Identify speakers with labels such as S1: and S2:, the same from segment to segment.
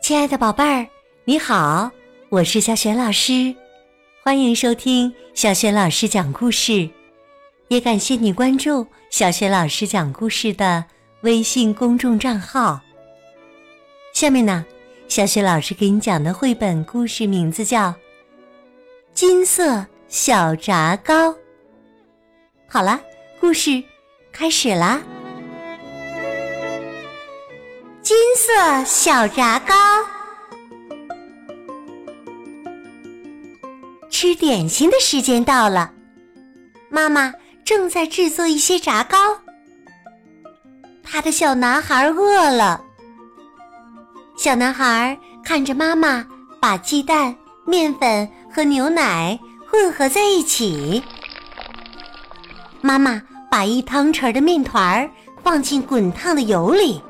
S1: 亲爱的宝贝儿，你好，我是小雪老师，欢迎收听小雪老师讲故事，也感谢你关注小雪老师讲故事的微信公众账号。下面呢，小雪老师给你讲的绘本故事名字叫《金色小炸糕》。好了，故事开始啦。金色小炸糕。吃点心的时间到了，妈妈正在制作一些炸糕。他的小男孩饿了。小男孩看着妈妈把鸡蛋、面粉和牛奶混合在一起。妈妈把一汤匙的面团放进滚烫的油里。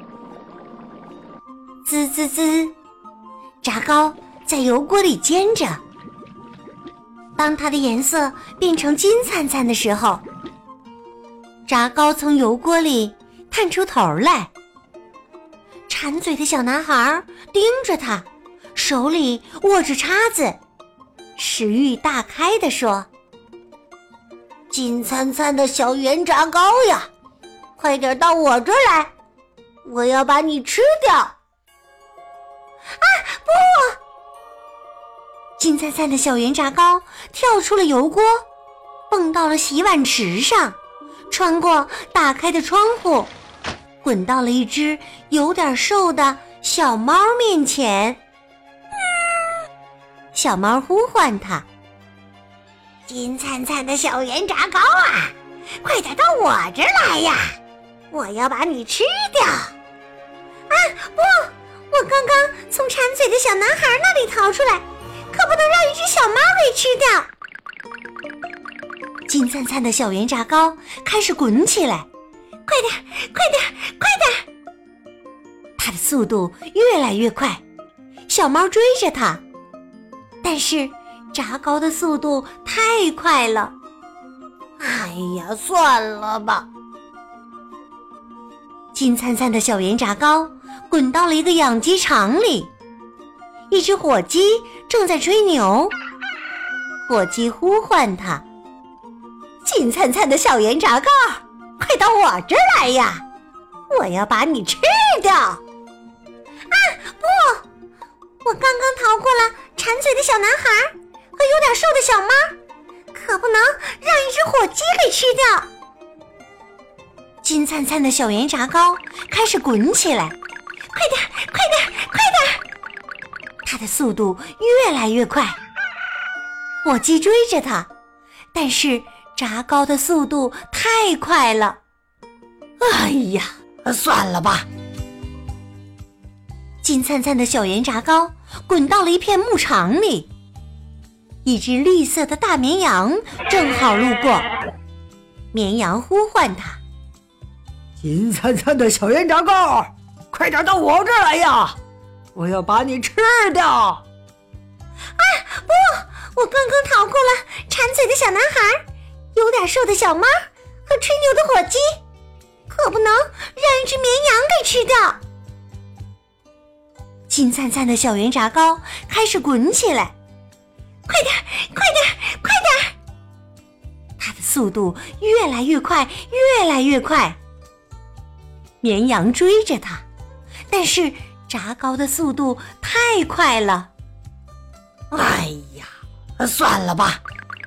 S1: 滋滋滋，炸糕在油锅里煎着。当它的颜色变成金灿灿的时候，炸糕从油锅里探出头来。馋嘴的小男孩盯着它，手里握着叉子，食欲大开地说：金灿灿的小圆炸糕呀，快点到我这儿来，我要把你吃掉。不！金灿灿的小圆炸糕跳出了油锅，蹦到了洗碗池上，穿过打开的窗户，滚到了一只有点瘦的小猫面前。小猫呼唤它：金灿灿的小圆炸糕啊，快点到我这儿来呀，我要把你吃掉。不！我刚刚从馋嘴的小男孩那里逃出来，可不能让一只小猫给吃掉。金灿灿的小圆炸糕开始滚起来，快点，快点，快点！它的速度越来越快，小猫追着它，但是炸糕的速度太快了。哎呀，算了吧。金灿灿的小圆炸糕滚到了一个养鸡场里，一只火鸡正在吹牛。火鸡呼唤它：金灿灿的小圆炸糕，快到我这儿来呀，我要把你吃掉。不！我刚刚逃过了馋嘴的小男孩和有点瘦的小猫，可不能让一只火鸡给吃掉。金灿灿的小圆炸糕开始滚起来，快点，快点，快点！它的速度越来越快，火鸡追着它，但是炸糕的速度太快了。哎呀，算了吧。金灿灿的小圆炸糕滚到了一片牧场里，一只绿色的大绵羊正好路过。绵羊呼唤它：
S2: 金灿灿的小圆炸糕，快点到我这儿来呀，我要把你吃掉。
S1: 不！我刚刚逃过了馋嘴的小男孩，有点瘦的小猫和吹牛的火鸡，可不能让一只绵羊给吃掉。金灿灿的小圆炸糕开始滚起来，快点，快点，快点！它的速度越来越快，越来越快。绵羊追着它，但是炸糕的速度太快了。
S2: 哎呀，算了吧。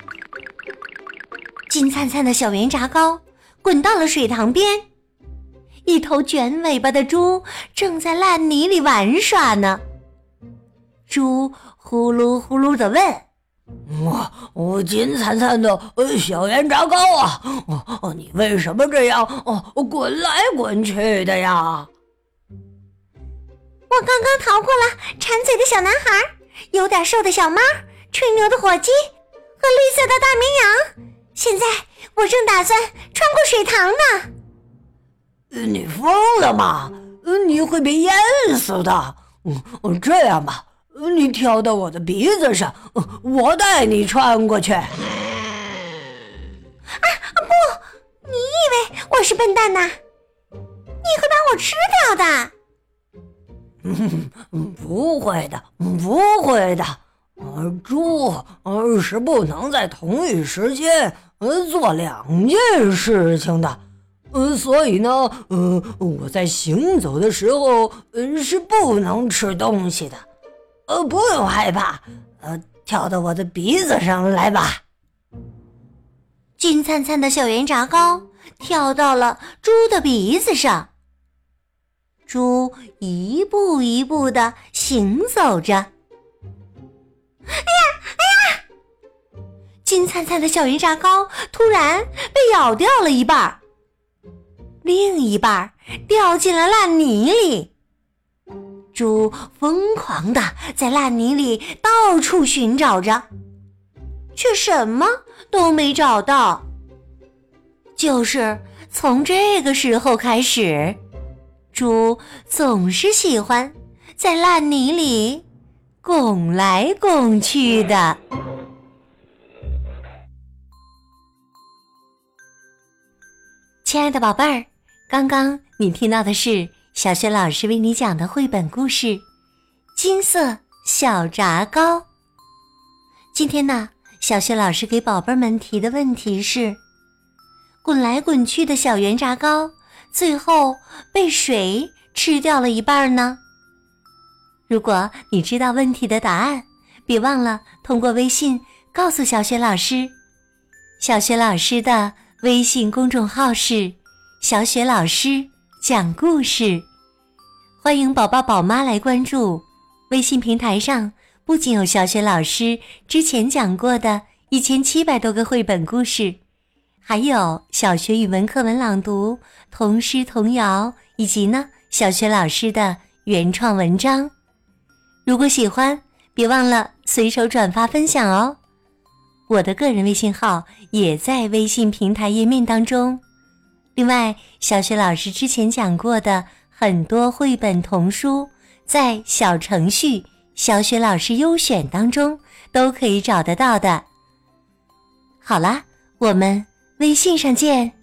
S1: 金灿灿的小圆炸糕滚到了水塘边，一头卷尾巴的猪正在烂泥里玩耍呢。猪呼噜呼噜地问：
S2: 我金灿灿的小圆炸糕啊，你为什么这样滚来滚去的呀？
S1: 我刚刚逃过了馋嘴的小男孩，有点瘦的小猫，吹牛的火鸡和绿色的大绵羊，现在我正打算穿过水塘呢。
S2: 你疯了吗？你会被淹死的。这样吧，你跳到我的鼻子上，我带你穿过去。
S1: 不！你以为我是笨蛋呐？你会把我吃掉的。
S2: 不会的，不会的。猪是不能在同一时间做2件事情的。所以呢，我在行走的时候是不能吃东西的。不用害怕，跳到我的鼻子上来吧。
S1: 金灿灿的小圆炸糕跳到了猪的鼻子上。猪一步一步地行走着。哎呀！金灿灿的小圆炸糕突然被咬掉了一半，另一半掉进了烂泥里。猪疯狂地在烂泥里到处寻找着，却什么都没找到。就是从这个时候开始，猪总是喜欢在烂泥里拱来拱去的。亲爱的宝贝儿，刚刚你听到的是小雪老师为你讲的绘本故事《金色小炸糕》。今天呢，小雪老师给宝贝们提的问题是：滚来滚去的小圆炸糕，最后被谁吃掉了一半呢？如果你知道问题的答案，别忘了通过微信告诉小雪老师。小雪老师的微信公众号是小雪老师讲故事，欢迎宝宝宝妈来关注。微信平台上不仅有小雪老师之前讲过的1700多个绘本故事，还有小学语文课文朗读、童诗童谣，以及呢小雪老师的原创文章。如果喜欢，别忘了随手转发分享哦。我的个人微信号也在微信平台页面当中。另外，小雪老师之前讲过的很多绘本童书，在小程序小雪老师优选当中都可以找得到的。好啦，我们微信上见。